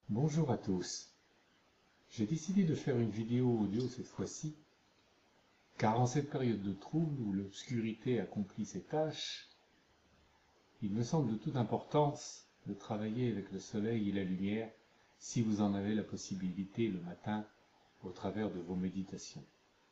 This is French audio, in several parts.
Bonjour à tous. J'ai décidé de faire une vidéo audio cette fois-ci, car en cette période de trouble où l'obscurité accomplit ses tâches, il me semble de toute importance de travailler avec le soleil et la lumière si vous en avez la possibilité le matin au travers de vos méditations.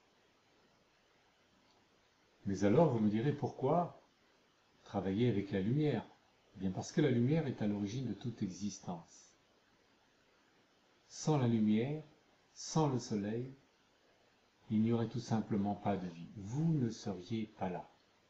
Mais alors vous me direz pourquoi travailler avec la lumière? Eh bien parce que la lumière est à l'origine de toute existence. Sans la lumière, sans le soleil, il n'y aurait tout simplement pas de vie. Vous ne seriez pas là.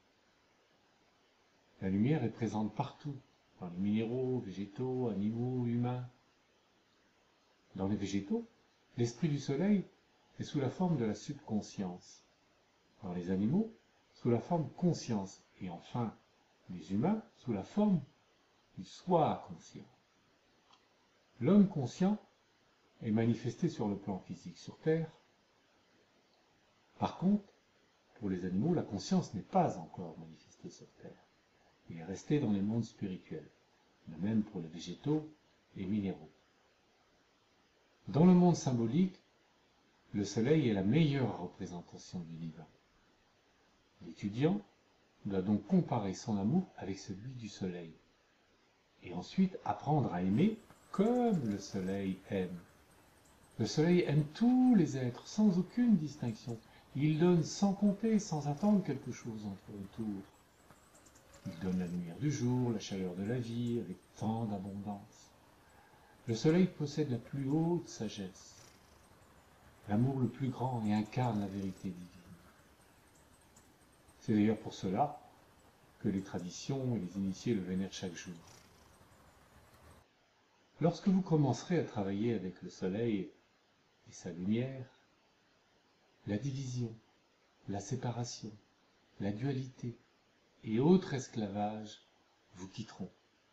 La lumière est présente partout, dans les minéraux, végétaux, animaux, humains. Dans les végétaux, l'esprit du soleil est sous la forme de la subconscience. Dans les animaux, sous la forme conscience. Et enfin, les humains, sous la forme du soi conscient. L'homme conscient est manifesté sur le plan physique sur Terre. Par contre, pour les animaux, la conscience n'est pas encore manifestée sur Terre. Il est resté dans les mondes spirituels. De même pour les végétaux et minéraux. Dans le monde symbolique, le soleil est la meilleure représentation du divin. L'étudiant doit donc comparer son amour avec celui du soleil, et ensuite apprendre à aimer comme le soleil aime. Le soleil aime tous les êtres, sans aucune distinction. Il donne sans compter, sans attendre quelque chose en retour. Il donne la lumière du jour, la chaleur de la vie, avec tant d'abondance. Le soleil possède la plus haute sagesse, l'amour le plus grand et incarne la vérité divine. C'est d'ailleurs pour cela que les traditions et les initiés le vénèrent chaque jour. Lorsque vous commencerez à travailler avec le soleil et sa lumière, la division, la séparation, la dualité et autres esclavages vous quitteront.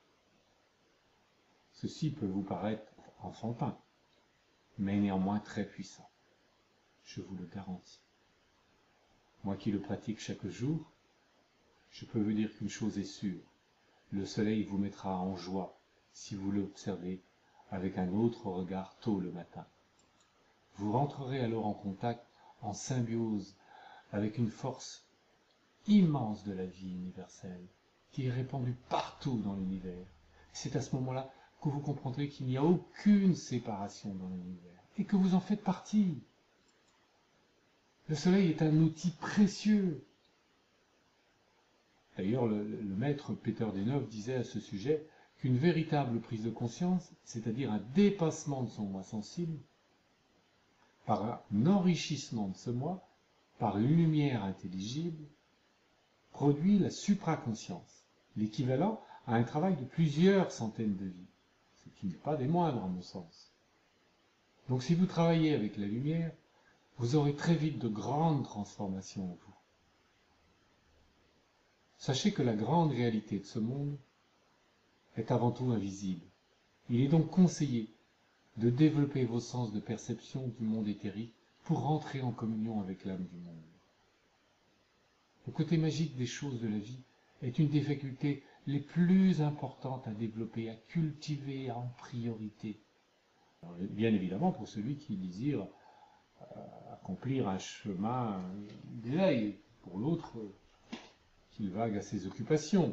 Ceci peut vous paraître enfantin, mais néanmoins très puissant. Je vous le garantis. Moi qui le pratique chaque jour, je peux vous dire qu'une chose est sûre, le soleil vous mettra en joie si vous l'observez avec un autre regard tôt le matin. Vous rentrerez alors en contact, en symbiose, avec une force immense de la vie universelle, qui est répandue partout dans l'univers. C'est à ce moment-là que vous comprendrez qu'il n'y a aucune séparation dans l'univers, et que vous en faites partie. Le soleil est un outil précieux. D'ailleurs, le maître Peter Deneuve disait à ce sujet qu'une véritable prise de conscience, c'est-à-dire un dépassement de son moi sensible, par un enrichissement de ce moi, par une lumière intelligible, produit la supraconscience, l'équivalent à un travail de plusieurs centaines de vies, ce qui n'est pas des moindres à mon sens. Donc si vous travaillez avec la lumière, vous aurez très vite de grandes transformations en vous. Sachez que la grande réalité de ce monde est avant tout invisible. Il est donc conseillé de développer vos sens de perception du monde éthérique pour rentrer en communion avec l'âme du monde. Le côté magique des choses de la vie est une des facultés les plus importantes à développer, à cultiver en priorité. Alors, bien évidemment pour celui qui désire accomplir un chemin d'éveil, pour l'autre qu'il vague à ses occupations.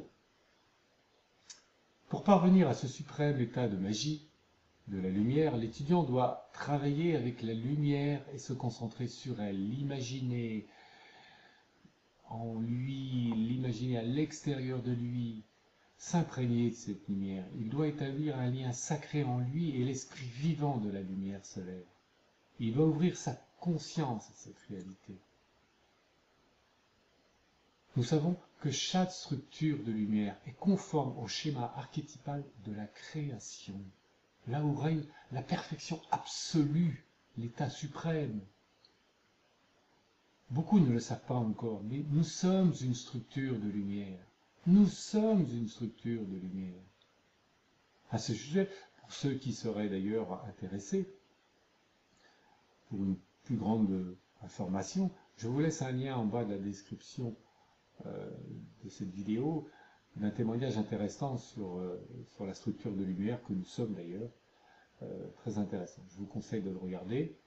Pour parvenir à ce suprême état de magie, de la lumière, l'étudiant doit travailler avec la lumière et se concentrer sur elle, l'imaginer en lui, l'imaginer à l'extérieur de lui, s'imprégner de cette lumière. Il doit établir un lien sacré en lui et l'esprit vivant de la lumière solaire. Il doit ouvrir sa conscience à cette réalité. Nous savons que chaque structure de lumière est conforme au schéma archétypal de la création, là où règne la perfection absolue, l'état suprême. Beaucoup ne le savent pas encore, mais nous sommes une structure de lumière. Nous sommes une structure de lumière. À ce sujet, pour ceux qui seraient d'ailleurs intéressés, pour une plus grande information, je vous laisse un lien en bas de la description de cette vidéo, d'un témoignage intéressant sur la structure de lumière que nous sommes d'ailleurs, très intéressant. Je vous conseille de le regarder.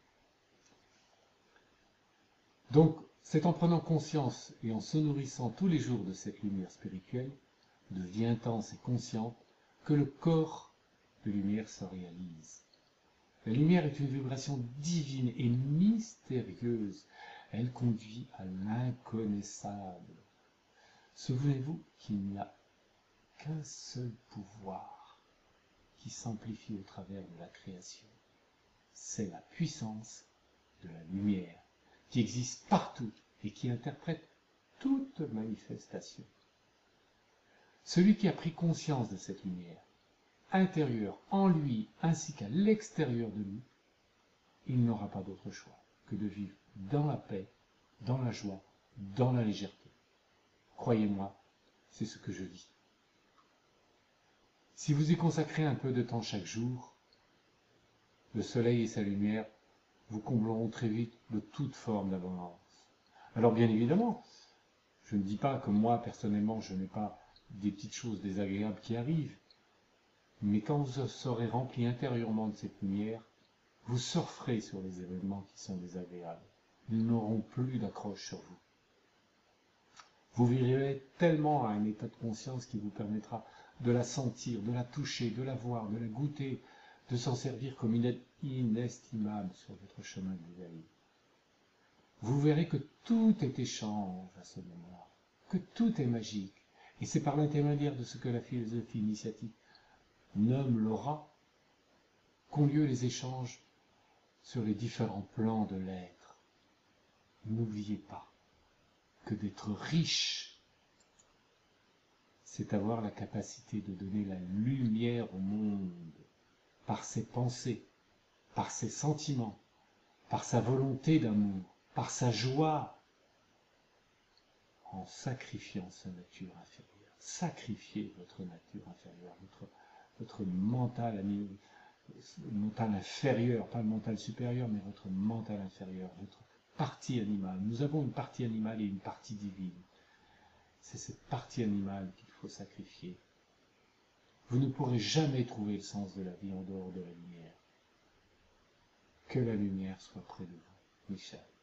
Donc, c'est en prenant conscience et en se nourrissant tous les jours de cette lumière spirituelle, de vie intense et consciente, que le corps de lumière se réalise. La lumière est une vibration divine et mystérieuse. Elle conduit à l'inconnaissable. Souvenez-vous qu'il n'y a qu'un seul pouvoir qui s'amplifie au travers de la création. C'est la puissance de la lumière, qui existe partout et qui interprète toute manifestation. Celui qui a pris conscience de cette lumière, intérieure en lui ainsi qu'à l'extérieur de lui, il n'aura pas d'autre choix que de vivre dans la paix, dans la joie, dans la légèreté. Croyez-moi, c'est ce que je vis. Si vous y consacrez un peu de temps chaque jour, le soleil et sa lumière vous combleront très vite de toute forme d'abondance. Alors bien évidemment, je ne dis pas que moi, personnellement, je n'ai pas des petites choses désagréables qui arrivent, mais quand vous serez rempli intérieurement de cette lumière, vous surferez sur les événements qui sont désagréables. Ils n'auront plus d'accroche sur vous. Vous vivrez tellement à un état de conscience qui vous permettra de la sentir, de la toucher, de la voir, de la goûter, de s'en servir comme une aide inestimable sur votre chemin de vie. Vous verrez que tout est échange à ce moment-là, que tout est magique. Et c'est par l'intermédiaire de ce que la philosophie initiatique nomme l'aura qu'ont lieu les échanges sur les différents plans de l'être. N'oubliez pas que d'être riche, c'est avoir la capacité de donner la lumière au monde par ses pensées, par ses sentiments, par sa volonté d'amour, par sa joie, en sacrifiant sa nature inférieure. Sacrifiez votre nature inférieure, votre mental inférieur, pas le mental supérieur, mais votre mental inférieur, votre partie animale. Nous avons une partie animale et une partie divine. C'est cette partie animale qu'il faut sacrifier. Vous ne pourrez jamais trouver le sens de la vie en dehors de la lumière. Que la lumière soit près de vous. Michel.